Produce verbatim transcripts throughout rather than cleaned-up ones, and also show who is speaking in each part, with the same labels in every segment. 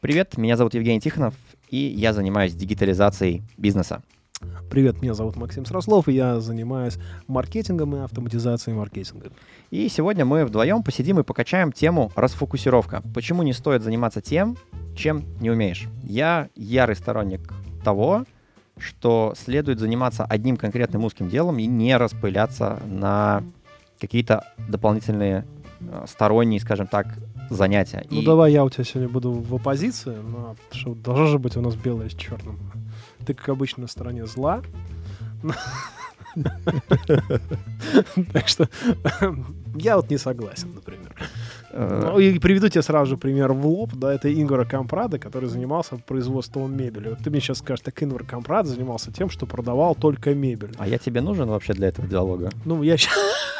Speaker 1: Привет, меня зовут Евгений Тихонов, и я занимаюсь дигитализацией бизнеса.
Speaker 2: Привет, меня зовут Максим Срослов, и я занимаюсь маркетингом и автоматизацией маркетинга.
Speaker 1: И сегодня мы вдвоем посидим и покачаем тему расфокусировка. Почему не стоит заниматься тем, чем не умеешь? Я ярый сторонник того, что следует заниматься одним конкретным узким делом и не распыляться на какие-то дополнительные сторонние, скажем так, занятия.
Speaker 2: Ну
Speaker 1: и...
Speaker 2: давай я у тебя сегодня буду в оппозиции, но что должно же быть у нас белое с черным. Ты, как обычно, на стороне зла. Так что я вот не согласен, например. Ну, и приведу тебе сразу же пример в лоб, да, это Ингвар Кампраде, который занимался производством мебели. Вот ты мне сейчас скажешь, так Ингвар Кампраде занимался тем, что продавал только мебель.
Speaker 1: А я тебе нужен вообще для этого диалога?
Speaker 2: Ну, я сейчас...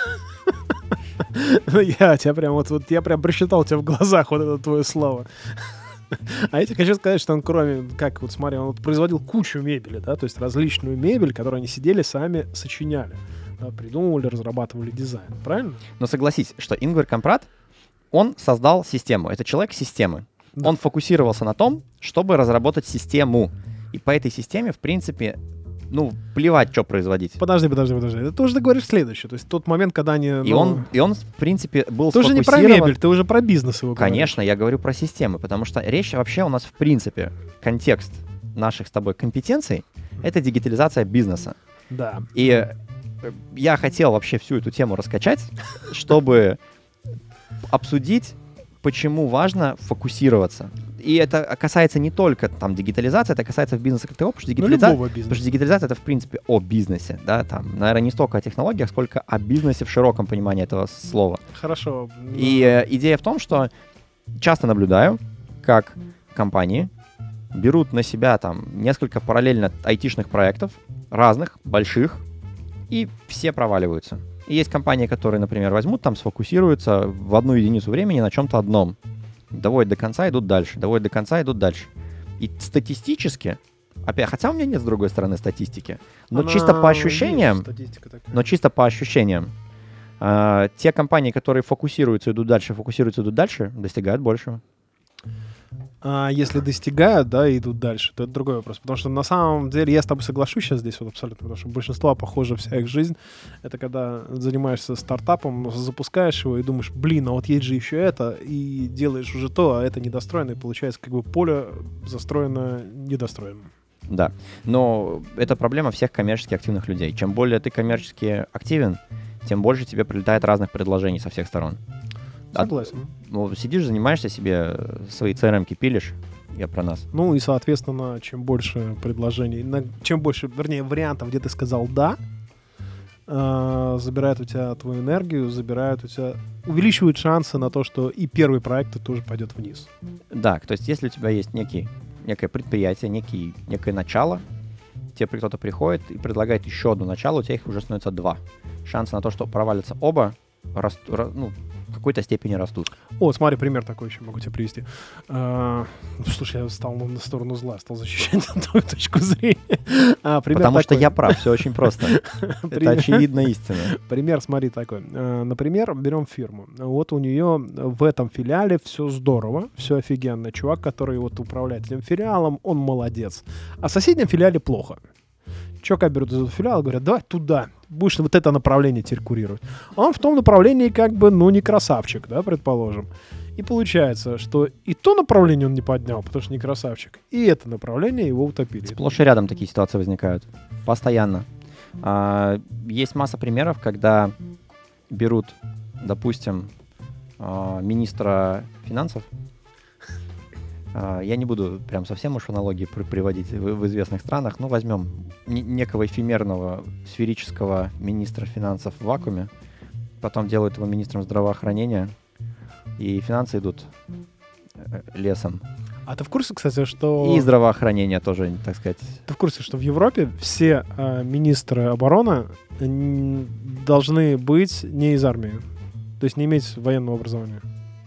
Speaker 2: Я тебя прям вот, вот я прям просчитал тебя в глазах вот это твое слово. А я тебе хочу сказать, что он кроме, как вот смотри, он вот производил кучу мебели, да, то есть различную мебель, которую они сидели, сами сочиняли, да, придумывали, разрабатывали дизайн, правильно?
Speaker 1: Но согласись, что Ингвар Кампрад, он создал систему, это человек системы. Да. Он фокусировался на том, чтобы разработать систему. И по этой системе, в принципе, ну, плевать, что производить.
Speaker 2: Подожди, подожди, подожди. Это ты уже говоришь следующее. То есть тот момент, когда они...
Speaker 1: И,
Speaker 2: ну...
Speaker 1: он, и он, в принципе, был
Speaker 2: ты
Speaker 1: сфокусирован...
Speaker 2: Ты уже не про мебель, ты уже про бизнес его говоришь.
Speaker 1: Конечно, я говорю про системы, потому что речь вообще у нас, в принципе, контекст наших с тобой компетенций — это дигитализация бизнеса.
Speaker 2: Да.
Speaker 1: И я хотел вообще всю эту тему раскачать, чтобы обсудить, почему важно фокусироваться. И это касается не только там дигитализации, это касается бизнеса как такового, потому что дигитализация, ну, потому что дигитализация — это, в принципе, о бизнесе, да, там, наверное, не столько о технологиях, сколько о бизнесе в широком понимании этого слова.
Speaker 2: Хорошо.
Speaker 1: И э, идея в том, что часто наблюдаю, как компании берут на себя там несколько параллельно айтишных проектов, разных, больших, и все проваливаются. И есть компании, которые, например, возьмут там, сфокусируются в одну единицу времени на чем-то одном. Доводят до конца, идут дальше, доводят до конца, идут дальше. И статистически, опять, хотя у меня нет с другой стороны статистики, но Она чисто по ощущениям, но чисто по ощущениям, э, те компании, которые фокусируются, идут дальше, фокусируются, идут дальше, достигают большего.
Speaker 2: А если достигают, да, и идут дальше, то это другой вопрос. Потому что на самом деле я с тобой соглашусь сейчас здесь вот абсолютно, потому что большинство, похоже, вся их жизнь, это когда занимаешься стартапом, запускаешь его и думаешь, блин, а вот есть же еще это, и делаешь уже то, а это недостроено, и получается как бы поле застроено недостроенным.
Speaker 1: Да, но это проблема всех коммерчески активных людей. Чем более ты коммерчески активен, тем больше тебе прилетает разных предложений со всех сторон.
Speaker 2: Согласен.
Speaker 1: А, ну, сидишь, занимаешься себе, свои си эр эм-ки пилишь, я про нас.
Speaker 2: Ну и, соответственно, чем больше предложений, на, чем больше, вернее, вариантов, где ты сказал «да», э, забирают у тебя твою энергию, забирают у тебя, увеличивают шансы на то, что и первый проект тоже пойдет вниз.
Speaker 1: Да, то есть если у тебя есть некий, некое предприятие, некий, некое начало, тебе кто-то приходит и предлагает еще одно начало, у тебя их уже становится два. Шансы на то, что провалятся оба, раст, ну, в какой-то степени растут.
Speaker 2: О, смотри, пример такой еще могу тебе привести. А, слушай, я стал на сторону зла, стал защищать твою точку зрения. А,
Speaker 1: Потому
Speaker 2: такой.
Speaker 1: что я прав, все очень просто. Это очевидная истина.
Speaker 2: Пример, смотри, такой. Например, берем фирму. Вот у нее в этом филиале все здорово, все офигенно. Чувак, который вот управляет этим филиалом, он молодец. А в соседнем филиале плохо. Чувака берут из этого филиала, говорят, давай туда, будешь вот это направление теперь курировать. Он в том направлении как бы, ну, не красавчик, да, предположим. И получается, что и то направление он не поднял, потому что не красавчик, и это направление его утопили.
Speaker 1: Сплошь и рядом такие ситуации возникают. Постоянно. А, есть масса примеров, когда берут, допустим, а, министра финансов. Я не буду прям совсем уж аналогии при- приводить в, в известных странах, но возьмем н- некого эфемерного сферического министра финансов в вакууме, потом делают его министром здравоохранения, и финансы идут лесом.
Speaker 2: А ты в курсе, кстати, что...
Speaker 1: И здравоохранение тоже, так сказать.
Speaker 2: Ты в курсе, что в Европе все э, министры обороны н- должны быть не из армии, то есть не иметь военного образования?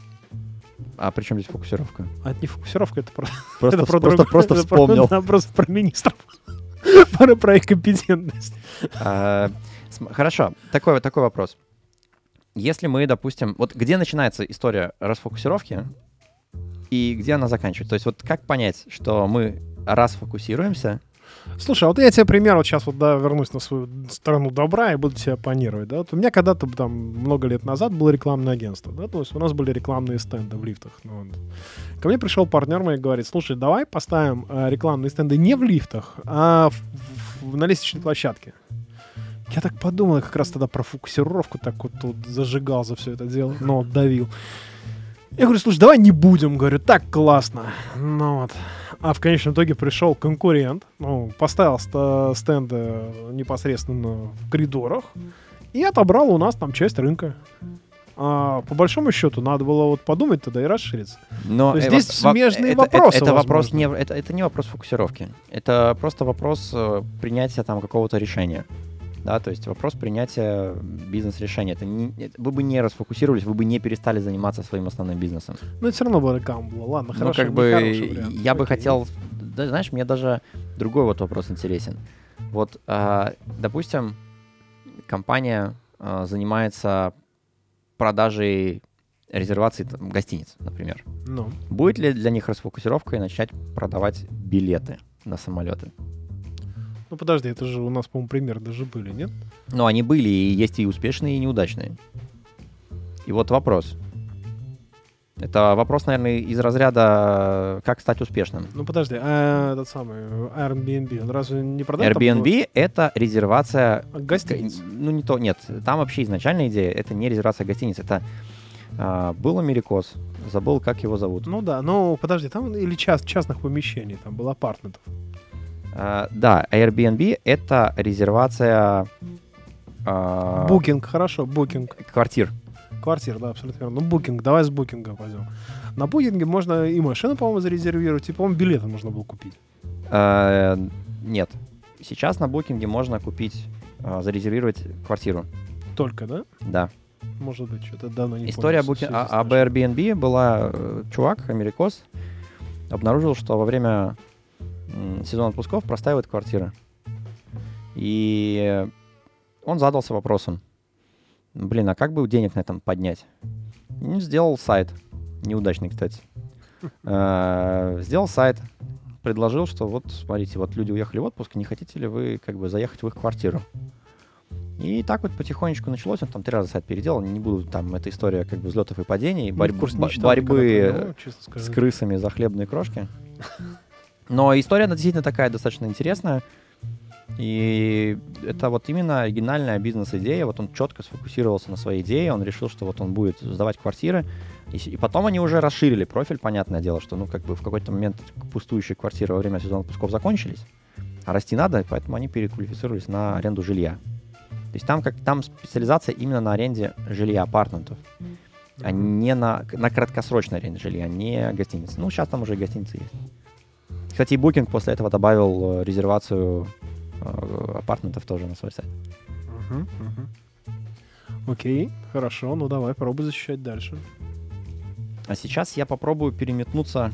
Speaker 1: А при чем здесь фокусировка?
Speaker 2: А это не фокусировка, это просто...
Speaker 1: Просто,
Speaker 2: это про
Speaker 1: просто,
Speaker 2: друг...
Speaker 1: просто
Speaker 2: это
Speaker 1: вспомнил.
Speaker 2: Про, да, просто про министров. про, про их компетентность.
Speaker 1: А, см- хорошо, такой, такой вопрос. Если мы, допустим... Вот где начинается история расфокусировки? и где она заканчивается. То есть вот как понять, что мы раз фокусируемся...
Speaker 2: Слушай, а вот я тебе пример, вот сейчас вот, да, вернусь на свою сторону добра и буду тебя оппонировать, да. Вот у меня когда-то там много лет назад было рекламное агентство, да, то есть у нас были рекламные стенды в лифтах. Ну, вот. Ко мне пришел партнер мой и говорит: слушай, давай поставим э, рекламные стенды не в лифтах, а в, в, на лестничной площадке. Я так подумал, я как раз тогда про фокусировку так вот тут зажигал за все это дело, но давил. Я говорю: слушай, давай не будем, говорю, так классно. Ну вот. А в конечном итоге пришел конкурент, ну, поставил ст- стенды непосредственно в коридорах и отобрал у нас там часть рынка. А по большому счету надо было вот подумать тогда и расшириться.
Speaker 1: Но
Speaker 2: То есть
Speaker 1: э,
Speaker 2: здесь
Speaker 1: во-
Speaker 2: смежные
Speaker 1: это,
Speaker 2: вопросы.
Speaker 1: Это, это, вопрос
Speaker 2: возможно.
Speaker 1: не, это, это не вопрос фокусировки. Это просто вопрос э, принятия там какого-то решения. Да, то есть вопрос принятия бизнес-решения. Это не, это, вы бы не расфокусировались, вы бы не перестали заниматься своим основным бизнесом.
Speaker 2: Но это все равно бы реклама была. Ладно,
Speaker 1: Ну,
Speaker 2: хорошо,
Speaker 1: как бы
Speaker 2: вариант.
Speaker 1: я бы
Speaker 2: Окей.
Speaker 1: хотел... Да, знаешь, мне даже другой вот вопрос интересен. Вот, а, допустим, компания а, занимается продажей резерваций там, гостиниц, например.
Speaker 2: Ну.
Speaker 1: Будет ли для них расфокусировкой начать продавать билеты на самолеты?
Speaker 2: Ну подожди, это же у нас, по-моему, примеры даже были, нет?
Speaker 1: Ну, они были, и есть и успешные, и неудачные. И вот вопрос. Это вопрос, наверное, из разряда «как стать успешным?».
Speaker 2: Ну подожди, а этот самый Airbnb, он разве не продает? там
Speaker 1: Airbnb — это резервация...
Speaker 2: гостиниц?
Speaker 1: Ну, не то, нет. Там вообще изначальная идея — это не резервация гостиниц, это а, был америкос, забыл, как его зовут.
Speaker 2: Ну да, ну подожди, там или част, частных помещений, там был апартментов.
Speaker 1: А, да, Airbnb — это резервация а,
Speaker 2: Букинг, хорошо, букинг.
Speaker 1: квартир.
Speaker 2: Квартир, да, абсолютно верно. Ну, букинг, давай с букинга пойдем. На букинге можно и машину, по-моему, зарезервировать, и, по-моему, билеты можно было купить.
Speaker 1: А, нет. Сейчас на букинге можно купить, а, зарезервировать квартиру.
Speaker 2: Только, да?
Speaker 1: Да.
Speaker 2: Может быть, что-то давно не
Speaker 1: История
Speaker 2: понял,
Speaker 1: буки...
Speaker 2: в связи с
Speaker 1: а, об
Speaker 2: нашим.
Speaker 1: Airbnb была... э, Чувак, америкос, обнаружил, что во время м, сезона отпусков простаивает квартира. И он задался вопросом: блин, а как бы денег на этом поднять? Ну, сделал сайт. Неудачный, кстати. Э, Сделал сайт. Предложил, что вот, смотрите, вот люди уехали в отпуск, не хотите ли вы как бы заехать в их квартиру? И так вот потихонечку началось. Он там три раза сайт переделал. Не буду, там, эта история как бы взлетов и падений,
Speaker 2: Ну,
Speaker 1: борь-
Speaker 2: в курсе не
Speaker 1: бо-
Speaker 2: читал никогда про
Speaker 1: борьбы
Speaker 2: него, честно скажу.
Speaker 1: с крысами за хлебные крошки. Но история она действительно такая достаточно интересная. И это вот именно оригинальная бизнес-идея. Вот он четко сфокусировался на своей идее. Он решил, что вот он будет сдавать квартиры. И, с- и потом они уже расширили профиль, понятное дело, что ну как бы в какой-то момент пустующие квартиры во время сезона отпусков закончились. А расти надо, и поэтому они переквалифицировались на аренду жилья. То есть там, как, там специализация именно на аренде жилья, апартментов, а не на, на краткосрочной аренде жилья, не гостиниц. Ну, сейчас там уже и гостиницы есть. Кстати, и Booking после этого добавил э, резервацию э, апартментов тоже на свой сайт.
Speaker 2: Мгм, мгм. Окей, хорошо, ну давай, пробуй защищать дальше.
Speaker 1: А сейчас я попробую переметнуться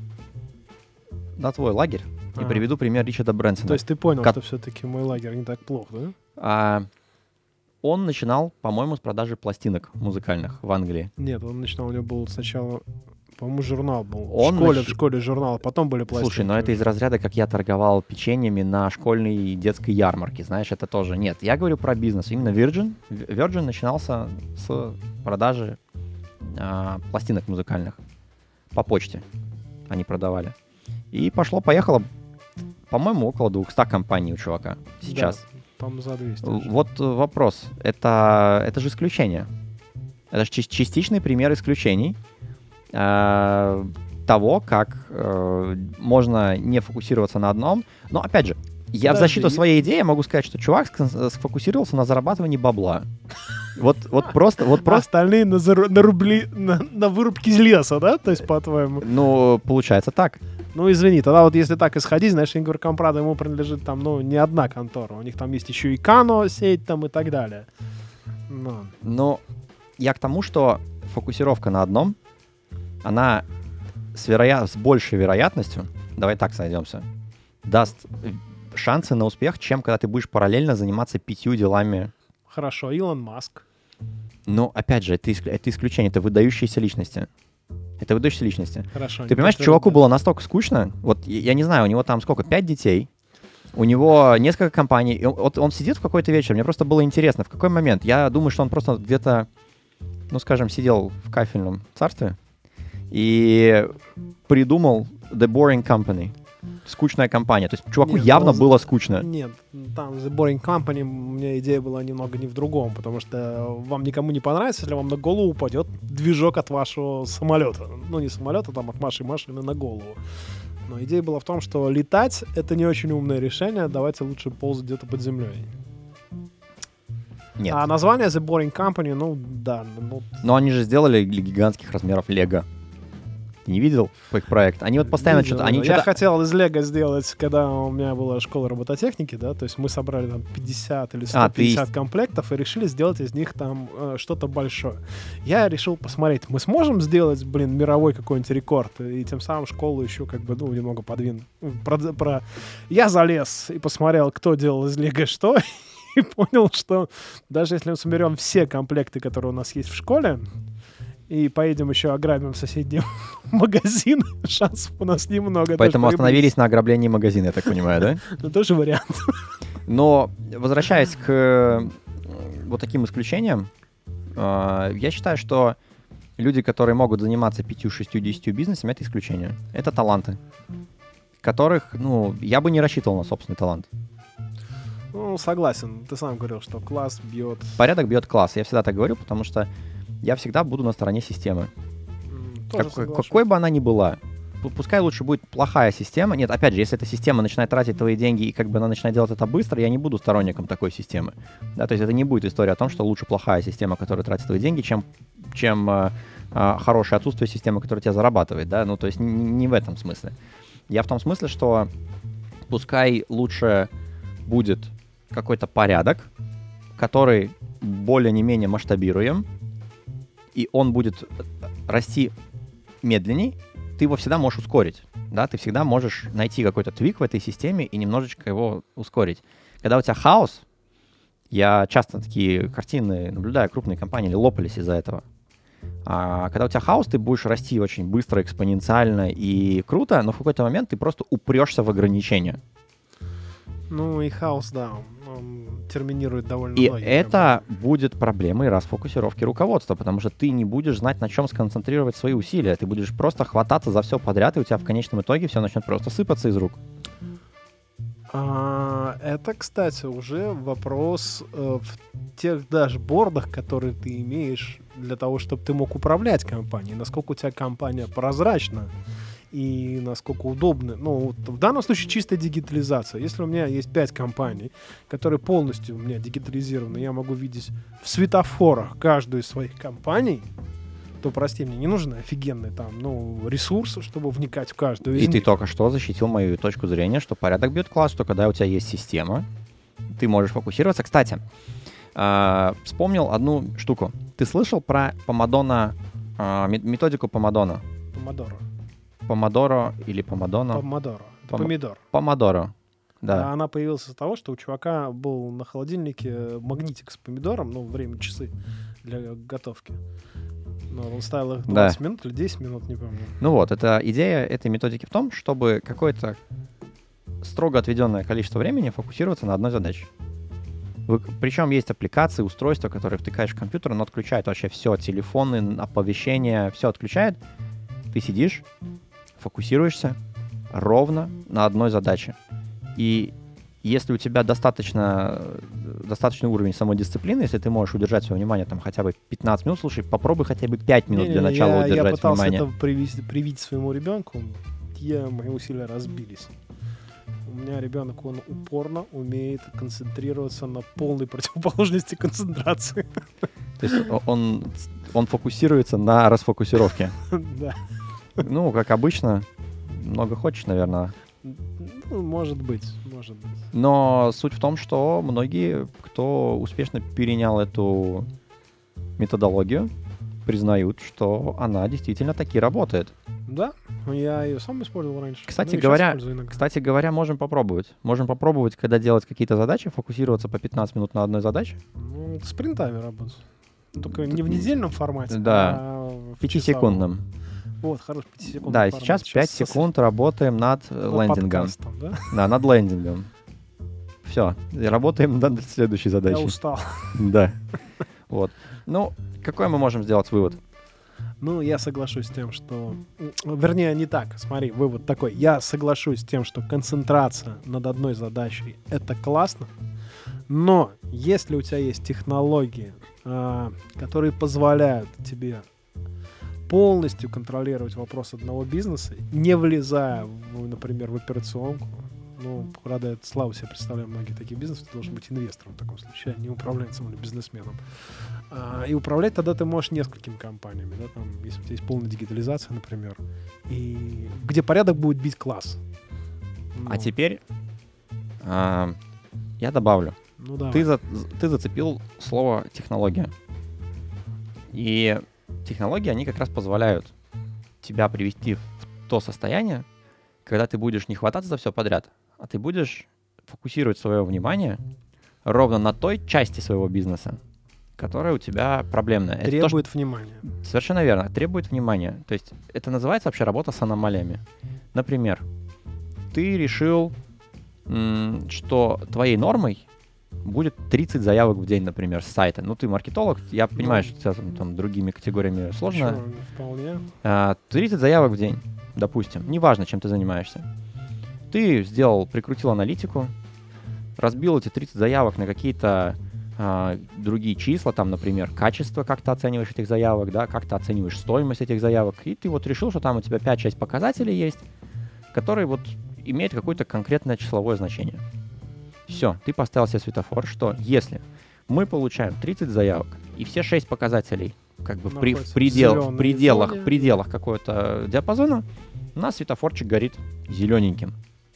Speaker 1: на твой лагерь и
Speaker 2: Ага.
Speaker 1: приведу пример Ричарда Брэнсона.
Speaker 2: То есть ты понял,
Speaker 1: Ко-
Speaker 2: что все-таки мой лагерь не так плох, да?
Speaker 1: А, он начинал, по-моему, с продажи пластинок музыкальных в Англии.
Speaker 2: Нет, он начинал, у него был сначала, по-моему, журнал был.
Speaker 1: Он
Speaker 2: в школе,
Speaker 1: нач-
Speaker 2: в школе журнал, потом были пластинки.
Speaker 1: Слушай, но это из разряда, как я торговал печеньями на школьной и детской ярмарке. Знаешь, это тоже нет. Я говорю про бизнес. Именно Virgin. В- Virgin начинался с продажи а, пластинок музыкальных по почте. Они продавали. И пошло-поехало, по-моему, около двухсот компаний у чувака сейчас.
Speaker 2: Да, по-моему, за двести.
Speaker 1: В-
Speaker 2: уже.
Speaker 1: Вот э, вопрос. Это, это же исключение. Это же чис- частичный пример исключений э, того, как э, можно не фокусироваться на одном. Но, опять же, я в
Speaker 2: Подожди.
Speaker 1: защиту своей идеи могу сказать, что чувак скон- сфокусировался на зарабатывании бабла. Вот, вот просто, вот
Speaker 2: А
Speaker 1: просто,
Speaker 2: остальные на, зару- на рубли, на, на вырубке из леса, да? То есть, по-твоему?
Speaker 1: ну, получается так.
Speaker 2: Ну, извини, тогда вот если так исходить, знаешь, Ингвар-Кампрад, ему принадлежит там, ну, не одна контора. У них там есть еще и Кано сеть там и так далее. Ну,
Speaker 1: Но я к тому, что фокусировка на одном, она с, вероя... с большей вероятностью, давай так сойдемся, даст шансы на успех, чем когда ты будешь параллельно заниматься пятью делами.
Speaker 2: хорошо, Илон Маск.
Speaker 1: Но, опять же, это, иск- это исключение, это выдающиеся личности. Это выдающиеся личности.
Speaker 2: Хорошо.
Speaker 1: Ты понимаешь, чуваку было настолько скучно, вот я я не знаю, у него там сколько, пять детей, у него несколько компаний, и он, вот он сидит в какой-то вечер, мне просто было интересно, в какой момент. Я думаю, что он просто где-то, ну, скажем, сидел в кафельном царстве и придумал The Boring Company. Скучная компания. То есть чуваку
Speaker 2: Нет,
Speaker 1: явно
Speaker 2: ну,
Speaker 1: было скучно.
Speaker 2: Нет, там The Boring Company, у меня идея была немного не в другом, потому что вам никому не понравится, если вам на голову упадет движок от вашего самолета. Ну, не самолета, там от вашей машины на голову. Но идея была в том, что летать — это не очень умное решение, давайте лучше ползать где-то под землей.
Speaker 1: Нет.
Speaker 2: А название The Boring Company, ну, да. Ну,
Speaker 1: Но они же сделали для гигантских размеров Лего. Ты не видел их проект? Они вот постоянно
Speaker 2: видел,
Speaker 1: что-то... Они
Speaker 2: я
Speaker 1: что-то...
Speaker 2: хотел из Лего сделать, когда у меня была школа робототехники, да, то есть мы собрали там пятьдесят или сто пятьдесят
Speaker 1: А, ты...
Speaker 2: комплектов и решили сделать из них там э, что-то большое. Я решил посмотреть, мы сможем сделать, блин, мировой какой-нибудь рекорд, и тем самым школу еще как бы, ну, немного подвинуть. Про, про... Я залез и посмотрел, кто делал из Лего что, и понял, что даже если мы соберем все комплекты, которые у нас есть в школе, и поедем еще ограбим соседний магазин, шансов у нас немного.
Speaker 1: Поэтому остановились на ограблении магазина, я так понимаю, да?
Speaker 2: Ну, тоже вариант.
Speaker 1: Но, возвращаясь к вот таким исключениям, я считаю, что люди, которые могут заниматься пятью, шестью, десятью бизнесами, это исключение. Это таланты, которых, ну, я бы не рассчитывал на собственный талант.
Speaker 2: Ну, согласен. Ты сам говорил, что класс бьет...
Speaker 1: Порядок бьет класс. Я всегда так говорю, потому что я всегда буду на стороне системы.
Speaker 2: Тоже
Speaker 1: Как, какой бы она ни была. Пускай лучше будет плохая система. Нет, опять же, если эта система начинает тратить твои деньги, и как бы она начинает делать это быстро, я не буду сторонником такой системы. Да, то есть это не будет история о том, что лучше плохая система, которая тратит твои деньги, чем, чем э, э, хорошее отсутствие системы, которая тебя зарабатывает. Да? Ну, то есть не, не в этом смысле. Я в том смысле, что пускай лучше будет какой-то порядок, который более-не-менее масштабируем, и он будет расти медленней, ты его всегда можешь ускорить. Да? Ты всегда можешь найти какой-то твик в этой системе и немножечко его ускорить. Когда у тебя хаос, я часто такие картины наблюдаю, крупные компании лопались из-за этого. А когда у тебя хаос, ты будешь расти очень быстро, экспоненциально и круто, но в какой-то момент ты просто упрешься в ограничения.
Speaker 2: Ну и хаос, да, он терминирует довольно
Speaker 1: И
Speaker 2: многие
Speaker 1: это
Speaker 2: проблемы.
Speaker 1: будет проблемой расфокусировки руководства, потому что ты не будешь знать, на чем сконцентрировать свои усилия. Ты будешь просто хвататься за все подряд, и у тебя в конечном итоге все начнет просто сыпаться из рук.
Speaker 2: А, это, кстати, уже вопрос э, в тех дашбордах, которые ты имеешь для того, чтобы ты мог управлять компанией. Насколько у тебя компания прозрачна и насколько удобно. Ну, вот в данном случае чистая дигитализация. Если у меня есть пять компаний, которые полностью у меня дигитализированы, я могу видеть в светофорах каждую из своих компаний, то, прости, мне не нужен офигенный там, ну, ресурс, чтобы вникать в каждую из
Speaker 1: И
Speaker 2: них.
Speaker 1: ты только что защитил мою точку зрения, что порядок бьет класс, что когда у тебя есть система, ты можешь фокусироваться. Кстати, э, вспомнил одну штуку. Ты слышал про помодоно, э, методику помодоно?
Speaker 2: Помодоро.
Speaker 1: Помодоро или помодоно?
Speaker 2: Помодоро. Это
Speaker 1: Пом-
Speaker 2: помидор.
Speaker 1: Помодоро, да.
Speaker 2: А она появилась из-за того, что у чувака был на холодильнике магнитик с помидором, ну, время, часы для готовки. Но он ставил их двадцать
Speaker 1: Да.
Speaker 2: минут или десять минут, не помню.
Speaker 1: Ну вот, это идея этой методики в том, чтобы какое-то строго отведенное количество времени фокусироваться на одной задаче. Вы- Причем есть аппликации, устройства, которые втыкаешь в компьютер, оно отключает вообще все, телефоны, оповещения, все отключает. Ты сидишь, фокусируешься ровно на одной задаче. И если у тебя достаточно, достаточный уровень самодисциплины, если ты можешь удержать свое внимание там хотя бы пятнадцать минут, слушай, попробуй хотя бы пять минут для
Speaker 2: Не-не-не,
Speaker 1: начала
Speaker 2: я,
Speaker 1: удержать
Speaker 2: я пытался
Speaker 1: внимание.
Speaker 2: это привить, привить своему ребенку, я, мои усилия разбились. У меня ребенок, он упорно умеет концентрироваться на полной противоположности концентрации.
Speaker 1: То есть о- он, он фокусируется на расфокусировке.
Speaker 2: Да.
Speaker 1: Ну, как обычно, много хочешь, наверное.
Speaker 2: Ну, может быть, может быть.
Speaker 1: Но суть в том, что многие, кто успешно перенял эту методологию, признают, что она действительно таки работает.
Speaker 2: Да, я ее сам использовал раньше.
Speaker 1: Кстати
Speaker 2: Ну и сейчас
Speaker 1: говоря,
Speaker 2: использую иногда.
Speaker 1: Кстати говоря, можем попробовать. Можем попробовать, когда делать какие-то задачи, фокусироваться по пятнадцать минут на одной задаче.
Speaker 2: Ну, с принтами работать. Только не в недельном формате,
Speaker 1: Да.
Speaker 2: а в часовом.
Speaker 1: Пятисекундным.
Speaker 2: Вот, хороший пятисекундный
Speaker 1: Да, и
Speaker 2: формат.
Speaker 1: сейчас пять
Speaker 2: со-
Speaker 1: секунд работаем над э,
Speaker 2: над
Speaker 1: лендингом.
Speaker 2: подкастом, да?
Speaker 1: Да, над лендингом. Все, работаем над следующей
Speaker 2: Я
Speaker 1: задачей.
Speaker 2: устал.
Speaker 1: Да. Вот. Ну, какой мы можем сделать вывод?
Speaker 2: Ну, я соглашусь с тем, что... м, Вернее, не так. Смотри, вывод такой. Я соглашусь с тем, что концентрация над одной задачей — это классно, но если у тебя есть технологии, а, которые позволяют тебе полностью контролировать вопрос одного бизнеса, не влезая, в, например, в операционку, ну, правда, это славу себе представляю, многие такие бизнесы, ты должен быть инвестором в таком случае, а не управленцем или бизнесменом. А, и управлять тогда ты можешь несколькими компаниями, да, там, если у тебя есть полная дигитализация, например, и где порядок будет бить класс.
Speaker 1: А
Speaker 2: Ну,
Speaker 1: теперь а, я добавлю.
Speaker 2: ну, давай.
Speaker 1: Ты, за- ты зацепил слово технология. И технологии, они как раз позволяют тебя привести в то состояние, когда ты будешь не хвататься за все подряд, а ты будешь фокусировать свое внимание ровно на той части своего бизнеса, которая у тебя проблемная. Это то, что-
Speaker 2: Требует внимания.
Speaker 1: Совершенно верно, требует внимания. То есть это называется вообще работа с аномалиями. Например, ты решил, м, что твоей нормой будет тридцать заявок в день, например, с сайта. Ну, ты маркетолог, я понимаю,
Speaker 2: Ну,
Speaker 1: что тебя там, там другими категориями сложно.
Speaker 2: Чё, вполне.
Speaker 1: А, тридцать заявок в день, допустим. Неважно, чем ты занимаешься. Ты сделал, прикрутил аналитику, разбил эти тридцать заявок на какие-то а, другие числа, там, например, качество, как ты оцениваешь этих заявок, да, как ты оцениваешь стоимость этих заявок, и ты вот решил, что там у тебя пять-шесть показателей есть, которые вот имеют какое-то конкретное числовое значение. Все, ты поставил себе светофор, что если мы получаем тридцать заявок, и все шесть показателей как бы при, в,
Speaker 2: Находятся в
Speaker 1: предел, в
Speaker 2: зелёной
Speaker 1: пределах,
Speaker 2: зоне.
Speaker 1: в пределах какого-то диапазона, у нас светофорчик горит зелененьким.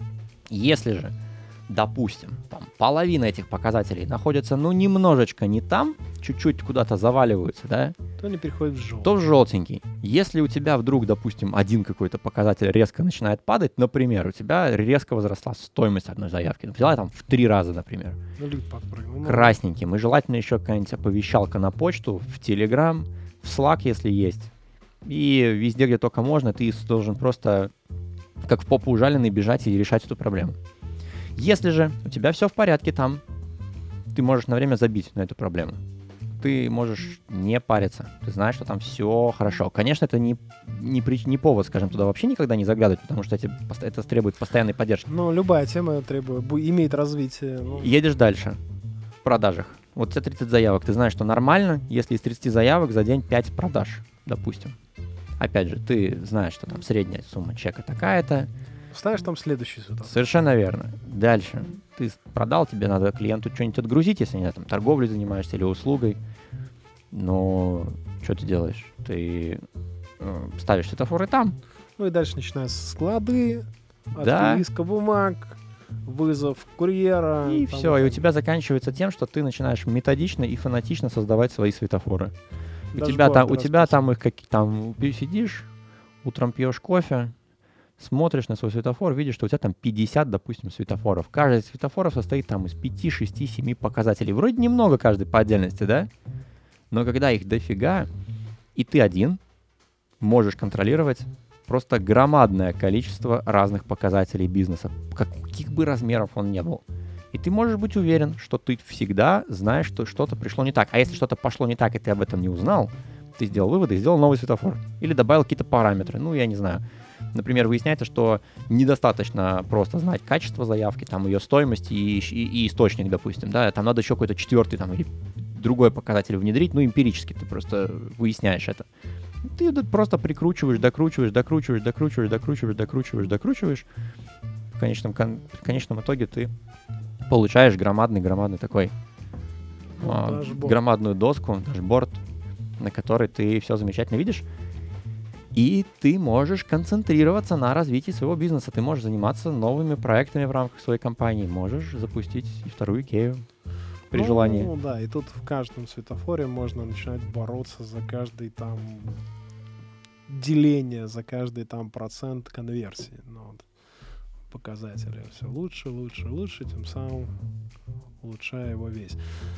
Speaker 1: Если же, допустим, там половина этих показателей находится, ну, немножечко не там, чуть-чуть куда-то заваливаются, да,
Speaker 2: То не переходит в желтый.
Speaker 1: то в желтенький. Если у тебя вдруг, допустим, один какой-то показатель резко начинает падать, например, у тебя резко возросла стоимость одной заявки, ну, взяла там в три раза, например,
Speaker 2: Ну, лид подпрыгнул. Ну,
Speaker 1: красненьким, и желательно еще какая-нибудь оповещалка на почту, в Telegram, в Slack, если есть, и везде, где только можно, ты должен просто как в попу ужаленный бежать и решать эту проблему. Если же у тебя все в порядке там, ты можешь на время забить на эту проблему. Ты можешь не париться. Ты знаешь, что там все хорошо. Конечно, это не, не, прич- не повод, скажем, туда вообще никогда не заглядывать, потому что эти, пост- это требует постоянной поддержки.
Speaker 2: Ну, любая тема требует, бу- имеет развитие. Ну,
Speaker 1: Едешь дальше. В продажах. Вот у тебя тридцать заявок. Ты знаешь, что нормально, если из тридцати заявок за день пять продаж, допустим. Опять же, ты знаешь, что там средняя сумма чека такая-то.
Speaker 2: ставишь там следующий сюда.
Speaker 1: Совершенно верно. Дальше. Ты с- продал, тебе надо клиенту что-нибудь отгрузить, если не там торговлей занимаешься или услугой. Но что ты делаешь? Ты э, ставишь светофоры там.
Speaker 2: Ну и дальше начинаются склады,
Speaker 1: Да.
Speaker 2: отписка бумаг, вызов курьера.
Speaker 1: И
Speaker 2: там
Speaker 1: все. И у
Speaker 2: вот
Speaker 1: тебя заканчивается тем, что ты начинаешь методично и фанатично создавать свои светофоры. У
Speaker 2: дашборд
Speaker 1: тебя там, у тебя
Speaker 2: расписан.
Speaker 1: там их какие там пи- сидишь, утром пьешь кофе, смотришь на свой светофор, видишь, что у тебя там пятьдесят, допустим, светофоров. Каждый из светофоров состоит там из пяти, шести, семи показателей. Вроде немного каждый по отдельности, да? Но когда их дофига, и ты один можешь контролировать просто громадное количество разных показателей бизнеса, каких бы размеров он ни был. И ты можешь быть уверен, что ты всегда знаешь, что что-то пришло не так. А если что-то пошло не так, и ты об этом не узнал, ты сделал выводы и сделал новый светофор. Или добавил какие-то параметры. Ну, я не знаю. Например, выясняется, что недостаточно просто знать качество заявки, там ее стоимость и, и, и источник, допустим, да, там надо еще какой-то четвертый там или другой показатель внедрить, ну, эмпирически ты просто выясняешь это. Ты тут просто прикручиваешь, докручиваешь, докручиваешь, докручиваешь, докручиваешь, докручиваешь, докручиваешь. В конечном, кон- в конечном итоге ты получаешь громадный-громадный такой
Speaker 2: Ну,
Speaker 1: а,
Speaker 2: дашборд.
Speaker 1: громадную доску, дашборд, на которой ты все замечательно видишь. И ты можешь концентрироваться на развитии своего бизнеса. Ты можешь заниматься новыми проектами в рамках своей компании. Можешь запустить и вторую Икею при
Speaker 2: ну,
Speaker 1: желании.
Speaker 2: Ну да, и тут в каждом светофоре можно начинать бороться за каждый там деление, за каждый там процент конверсии. Ну, вот, показатели все лучше, лучше, лучше, тем самым улучшая его весь.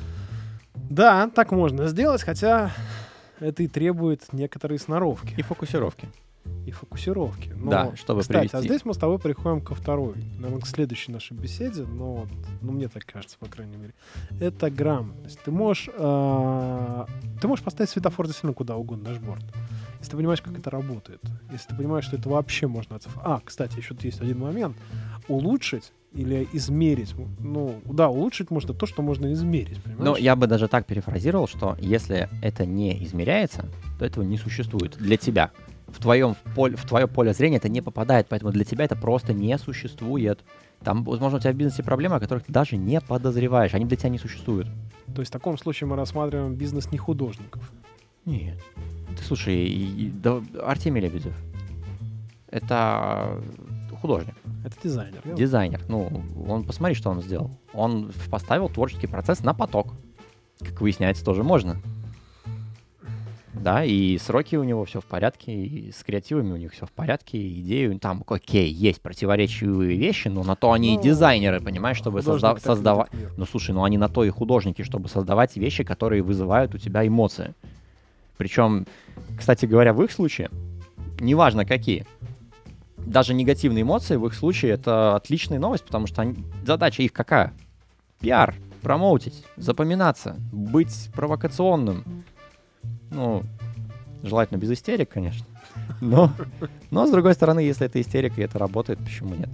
Speaker 2: Да, так можно сделать, хотя это и требует некоторой сноровки.
Speaker 1: И фокусировки.
Speaker 2: и фокусировки. Но,
Speaker 1: Да, чтобы
Speaker 2: кстати,
Speaker 1: привести.
Speaker 2: а здесь мы с тобой приходим ко второй, наверное, к следующей нашей беседе, но, вот, ну, мне так кажется, по крайней мере. Это грамотность. Ты можешь, э, ты можешь поставить светофор действительно куда угодно, дашборд. Если ты понимаешь, как это работает. Если ты понимаешь, что это вообще можно оцифровать. А, кстати, еще тут есть один момент. Улучшить или измерить. Ну, да, улучшить можно то, что можно измерить, понимаешь?
Speaker 1: Ну, я бы даже так перефразировал, что если это не измеряется, то этого не существует для тебя. В твоем в поле, в твое поле зрения это не попадает, поэтому для тебя это просто не существует. Там, возможно, у тебя в бизнесе проблемы, о которых ты даже не подозреваешь. Они для тебя не существуют.
Speaker 2: То есть в таком случае мы рассматриваем бизнес не художников.
Speaker 1: Нет. Ты слушай, и- и- да, Артемий Лебедев. Это художник,
Speaker 2: Это дизайнер. верно?
Speaker 1: дизайнер. Ну, он, посмотри, что он сделал. Он поставил творческий процесс на поток. Как выясняется, тоже можно. Да, и сроки у него все в порядке, и с креативами у них все в порядке, и идеи там, окей, есть противоречивые вещи, но на то они
Speaker 2: Ну,
Speaker 1: и дизайнеры, понимаешь, чтобы
Speaker 2: Художник
Speaker 1: созда-
Speaker 2: так
Speaker 1: создавать...
Speaker 2: видит мир.
Speaker 1: Ну, слушай, ну они на то и художники, чтобы создавать вещи, которые вызывают у тебя эмоции. Причем, кстати говоря, в их случае, неважно какие, даже негативные эмоции в их случае это отличная новость, потому что они- задача их какая? Пиар, промоутить, запоминаться, быть провокационным. Ну, желательно без истерик, конечно. Но, но с другой стороны, если это истерика и это работает, почему нет?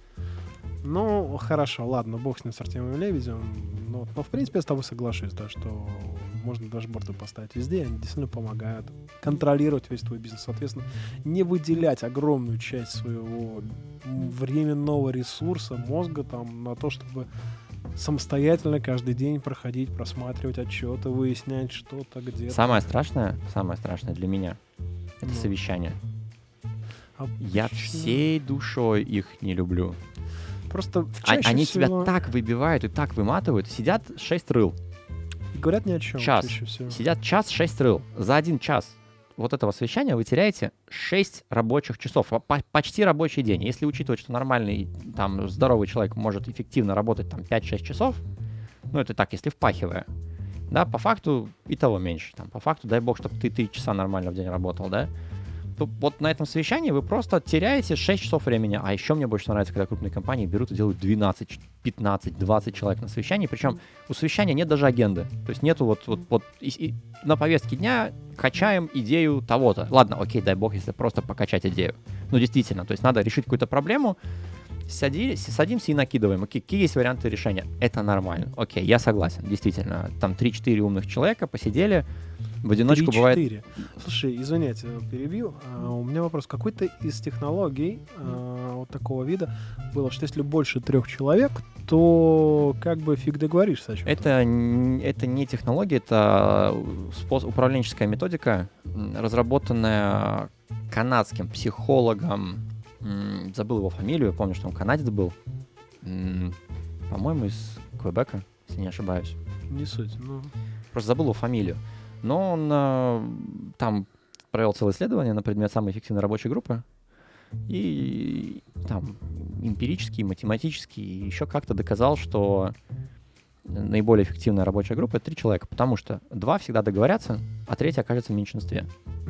Speaker 2: Ну, хорошо, ладно, бог с ним, с Артемием Лебедевым. Но, но, в принципе, я с тобой соглашусь, да, что можно дашборды поставить везде, они действительно помогают контролировать весь твой бизнес. Соответственно, не выделять огромную часть своего м, временного ресурса, мозга там на то, чтобы самостоятельно каждый день проходить, просматривать отчеты, выяснять что-то где-то.
Speaker 1: Самое страшное, самое страшное для меня — это
Speaker 2: Ну.
Speaker 1: совещания.
Speaker 2: А
Speaker 1: Я
Speaker 2: почему?
Speaker 1: всей душой их не люблю.
Speaker 2: Просто
Speaker 1: А-
Speaker 2: чаще
Speaker 1: они
Speaker 2: всего
Speaker 1: тебя так выбивают и так выматывают. Сидят шесть рыл.
Speaker 2: говорят ни о чем.
Speaker 1: Час.
Speaker 2: чаще всего.
Speaker 1: Сидят час шесть рыл. За один час вот этого совещания вы теряете шесть рабочих часов. По- почти рабочий день. Если учитывать, что нормальный, там, здоровый человек может эффективно работать там пять-шесть часов, ну, это так, если впахивая, да, по факту и того меньше. Там, по факту, дай бог, чтобы ты три часа нормально в день работал, да, то вот на этом совещании вы просто теряете шесть часов времени. А еще мне больше нравится, когда крупные компании берут и делают двенадцать, пятнадцать, двадцать человек на совещании. Причем у совещания нет даже агенды. То есть нету вот, вот, вот и- и на повестке дня качаем идею того-то. Ладно, окей, дай бог, если просто покачать идею. Ну, действительно, то есть надо решить какую-то проблему, сади- садимся и накидываем. Окей, какие есть варианты решения? Это нормально. Окей, я согласен. Действительно, там три-четыре умных человека посидели, в одиночку бывает...
Speaker 2: три-четыре. Слушай, извиняйте, перебью. А, у меня вопрос. Какой-то из технологий а, вот такого вида было, что если больше трех человек, то как бы фиг договоришься о чем-то.
Speaker 1: Это, н- это не технология, это способ, управленческая методика, м, разработанная канадским психологом. М, Забыл его фамилию, помню, что он канадец был. М, По-моему, из Квебека, если не ошибаюсь.
Speaker 2: Не суть. Ну,
Speaker 1: Просто забыл его фамилию. Но он э, там провел целое исследование на предмет самой эффективной рабочей группы. И там эмпирически, математически, и еще как-то доказал, что наиболее эффективная рабочая группа — это три человека, потому что два всегда договорятся, а третий окажется в меньшинстве.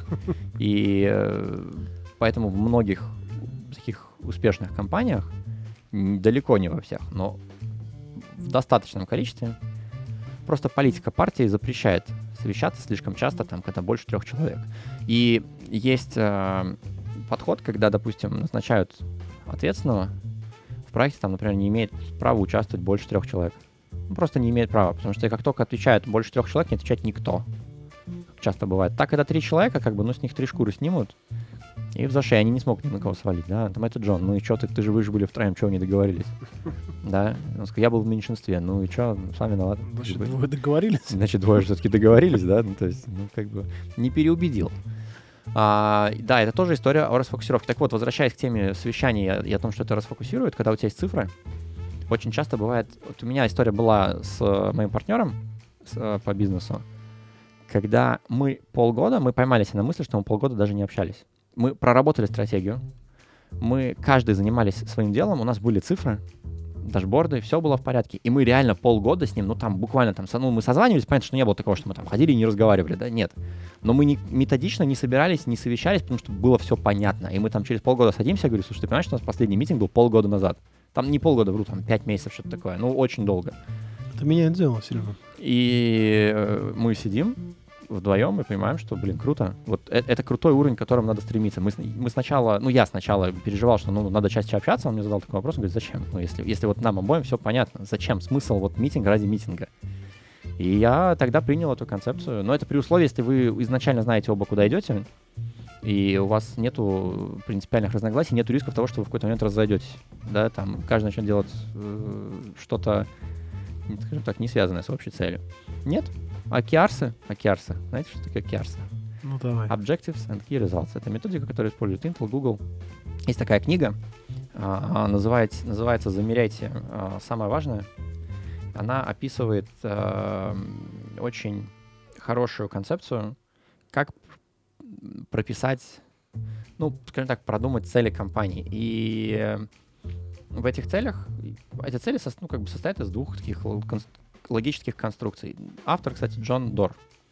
Speaker 1: И э, поэтому в многих таких успешных компаниях, н- далеко не во всех, но в достаточном количестве, просто политика партии запрещает совещаться слишком часто, там, когда больше трех человек. И есть э, подход, когда, допустим, назначают ответственного, в проекте, там, например, не имеет права участвовать больше трех человек. Ну, просто не имеет права, потому что как только отвечают больше трех человек, не отвечает никто. Часто бывает. Так, когда три человека, как бы, ну, с них три шкуры снимут, и в зашей они не смогут ни на кого свалить, да. Там это Джон, ну и что ты, ты же вы же были втроем, чего не договорились? Да, он сказал, я был в меньшинстве, ну и что, сам виноват.
Speaker 2: значит,
Speaker 1: Как бы.
Speaker 2: вы договорились?
Speaker 1: Значит, двое все-таки договорились, да, ну, то есть, ну, как бы, не переубедил. А, да, это тоже история о расфокусировке. Так вот, возвращаясь к теме совещаний и о том, что это расфокусирует, когда у тебя есть цифры, очень часто бывает, вот у меня история была с э, моим партнером с, э, по бизнесу, когда мы полгода, мы поймались на мысли, что мы полгода даже не общались. Мы проработали стратегию, мы каждый занимались своим делом, у нас были цифры, дашборды, все было в порядке. И мы реально полгода с ним, ну там буквально там, ну мы созванивались, понятно, что не было такого, что мы там ходили и не разговаривали, да, нет. Но мы не, методично не собирались, не совещались, потому что было все понятно. И мы там через полгода садимся, я говорю, слушай, ты понимаешь, что у нас последний митинг был полгода назад? Там не полгода, вру, там пять месяцев, что-то такое, ну очень долго.
Speaker 2: Это меняет дело сильно.
Speaker 1: И э, мы сидим вдвоем и понимаем, что, блин, круто. Вот это, это крутой уровень, к которому надо стремиться. Мы, мы сначала, ну, я сначала переживал, что, ну, надо чаще общаться. Он мне задал такой вопрос, он говорит, зачем? Ну, если, если вот нам обоим все понятно, зачем? Смысл вот митинга ради митинга? И я тогда принял эту концепцию. Но это при условии, если вы изначально знаете оба, куда идете, и у вас нету принципиальных разногласий, нету рисков того, что вы в какой-то момент разойдетесь. Да, там каждый начнет делать э, что-то, скажем так, не связанное с общей целью. Нет. А киарсы, а киарсы, знаете, что такое киарсы?
Speaker 2: Ну, давай.
Speaker 1: Objectives and Key Results. Это методика, которую используют Intel, Google. Есть такая книга, а, называется, называется «Замеряйте а, самое важное». Она описывает а, очень хорошую концепцию, как прописать, ну, скажем так, продумать цели компании. И в этих целях, эти цели со, ну, как бы состоят из двух таких логических конструкций. Автор, кстати, Джон Дор.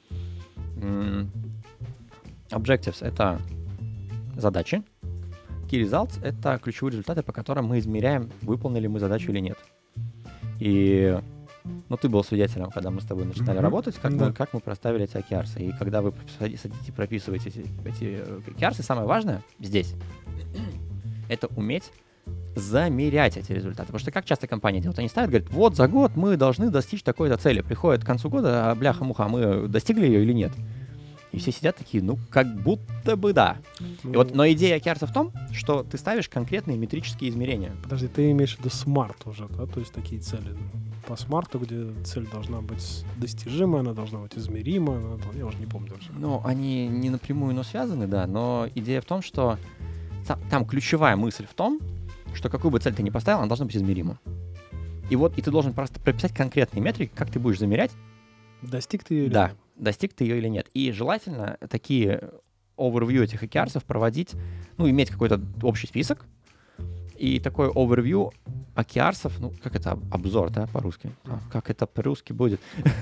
Speaker 1: Objectives — это задачи. Key Results — это ключевые результаты, по которым мы измеряем, выполнили мы задачу или нет. И ну, ты был свидетелем, когда мы с тобой начинали mm-hmm. работать, как, да. мы, как мы проставили эти океарсы. И когда вы садитесь, прописываете эти, эти океарсы, самое важное здесь — это уметь замерять эти результаты. Потому что как часто компании делают? Они ставят, говорят, вот за год мы должны достичь такой-то цели. Приходит к концу года, а бляха-муха, мы достигли ее или нет? И все сидят такие, ну, как будто бы да. Mm-hmm. И вот, но идея океарса в том, что ты ставишь конкретные метрические измерения.
Speaker 2: Подожди, ты имеешь в виду смарт уже, да? То есть такие цели по смарту, где цель должна быть достижимая, она должна быть измеримая, она, я уже не помню даже.
Speaker 1: Ну, они не напрямую, но связаны, да, но идея в том, что там, там ключевая мысль в том, что какую бы цель ты ни поставил, она должна быть измерима. И вот, и ты должен просто прописать конкретные метрики, как ты будешь замерять.
Speaker 2: Достиг ты ее или
Speaker 1: да,
Speaker 2: нет?
Speaker 1: достиг ты ее или нет. И желательно такие овервью этих океарсов проводить, ну, иметь какой-то общий список, и такой овервью океарсов, ну, как это, обзор, да, по-русски? А, как это по-русски будет?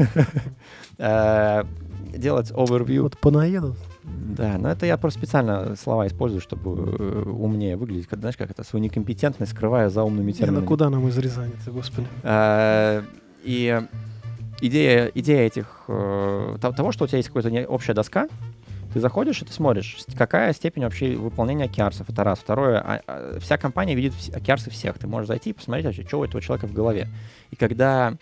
Speaker 1: Делать овервью.
Speaker 2: Вот понаедут.
Speaker 1: Да, но это я просто специально слова использую, чтобы умнее выглядеть. Знаешь, как это, свою некомпетентность скрывая за умными терминами.
Speaker 2: Ну куда нам из Рязани-то, господи?
Speaker 1: И идея, идея этих, того, что у тебя есть какая-то общая доска, ты заходишь и ты смотришь, какая степень вообще выполнения океарсов. Это раз. Второе, а, а, вся компания видит океарсы всех. Ты можешь зайти и посмотреть вообще, что у этого человека в голове. И когда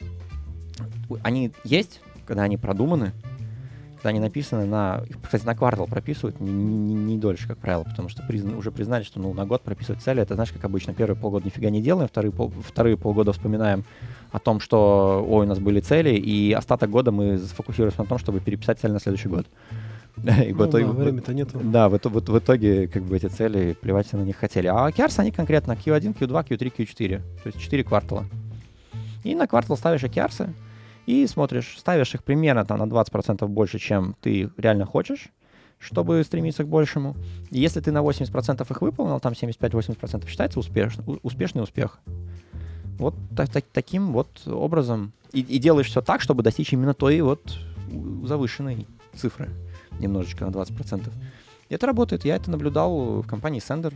Speaker 1: они есть, когда они продуманы, когда они написаны на... Кстати, на квартал прописывают, не, не, не дольше, как правило, потому что призна, уже признали, что ну, на год прописывать цели. Это, знаешь, как обычно, первые полгода нифига не делаем, вторые, пол, вторые полгода вспоминаем о том, что ой, у нас были цели, и остаток года мы сфокусируемся на том, чтобы переписать цель на следующий год. И
Speaker 2: ну,
Speaker 1: в итоге,
Speaker 2: да, времени-то нету.
Speaker 1: Да, в, в, в итоге как бы эти цели плевать все на них хотели. А океарсы, они конкретно кью один, кью два, кью три, кью четыре. То есть четыре квартала. И на квартал ставишь океарсы и смотришь, ставишь их примерно там, на двадцать процентов больше, чем ты реально хочешь, чтобы стремиться к большему. И если ты на восемьдесят процентов их выполнил, там семьдесят пять - восемьдесят процентов считается успеш, успешный успех. Вот так, так, таким вот образом. И, и делаешь все так, чтобы достичь именно той вот завышенной цифры. Немножечко на двадцать процентов. И это работает. Я это наблюдал в компании Sender,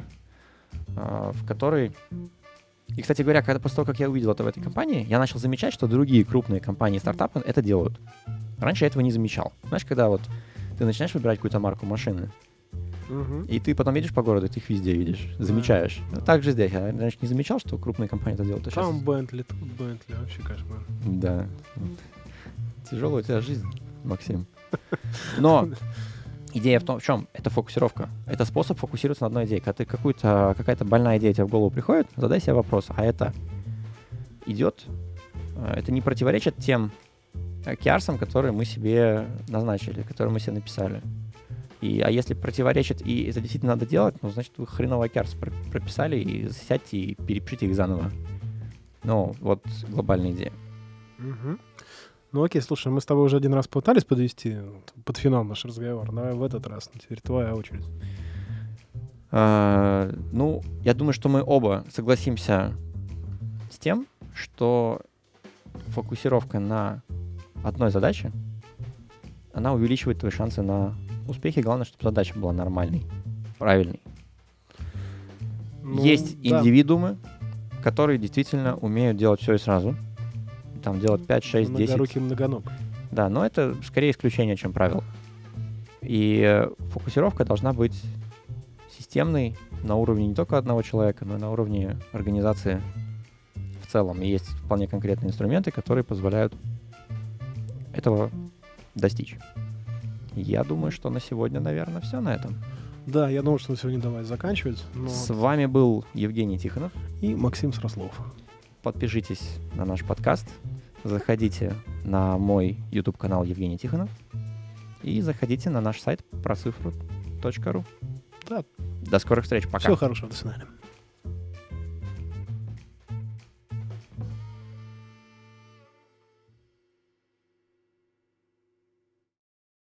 Speaker 1: в которой... И, кстати говоря, когда после того, как я увидел это в этой компании, я начал замечать, что другие крупные компании, стартапы это делают. Раньше я этого не замечал. Знаешь, когда вот ты начинаешь выбирать какую-то марку машины, uh-huh. и ты потом едешь по городу, и ты их везде видишь, замечаешь. Uh-huh. Так же здесь. Я раньше не замечал, что крупные компании это делают. А
Speaker 2: там
Speaker 1: сейчас...
Speaker 2: Бентли, тут Бентли. Вообще кошмар.
Speaker 1: Да. Тяжелая у тебя жизнь, Максим. Но идея в том, в чем? Это фокусировка. Это способ фокусироваться на одной идее. Когда ты какую-то, какая-то больная идея тебе в голову приходит, задай себе вопрос, а это идет, это не противоречит тем океарсам, которые мы себе назначили, которые мы себе написали. И, а если противоречит, и это действительно надо делать, ну, значит, вы хреновый океарс прописали, и сядьте и перепишите их заново. Ну, вот глобальная идея.
Speaker 2: Угу. Ну окей, слушай, мы с тобой уже один раз пытались подвести под финал наш разговор. Давай в этот раз, теперь твоя очередь.
Speaker 1: А, ну, я думаю, что мы оба согласимся с тем, что фокусировка на одной задаче, она увеличивает твои шансы на успехи. Главное, чтобы задача была нормальной, правильной.
Speaker 2: Ну,
Speaker 1: Есть
Speaker 2: да.
Speaker 1: индивидуумы, которые действительно умеют делать все и сразу. Там делать пять, шесть, десять.
Speaker 2: Многорукий многоног.
Speaker 1: Да, но это скорее исключение, чем правило. И э, фокусировка должна быть системной на уровне не только одного человека, но и на уровне организации в целом. И есть вполне конкретные инструменты, которые позволяют этого достичь. Я думаю, что на сегодня, наверное, все на этом.
Speaker 2: Да, я думаю, что сегодня давай заканчивать. Но...
Speaker 1: С вами был Евгений Тихонов.
Speaker 2: И Максим Срослов.
Speaker 1: Подпишитесь на наш подкаст. Заходите на мой YouTube-канал Евгений Тихонов. И заходите на наш сайт про цифру точка ру.
Speaker 2: Да.
Speaker 1: До скорых встреч. Пока.
Speaker 2: Всего хорошего. До свидания.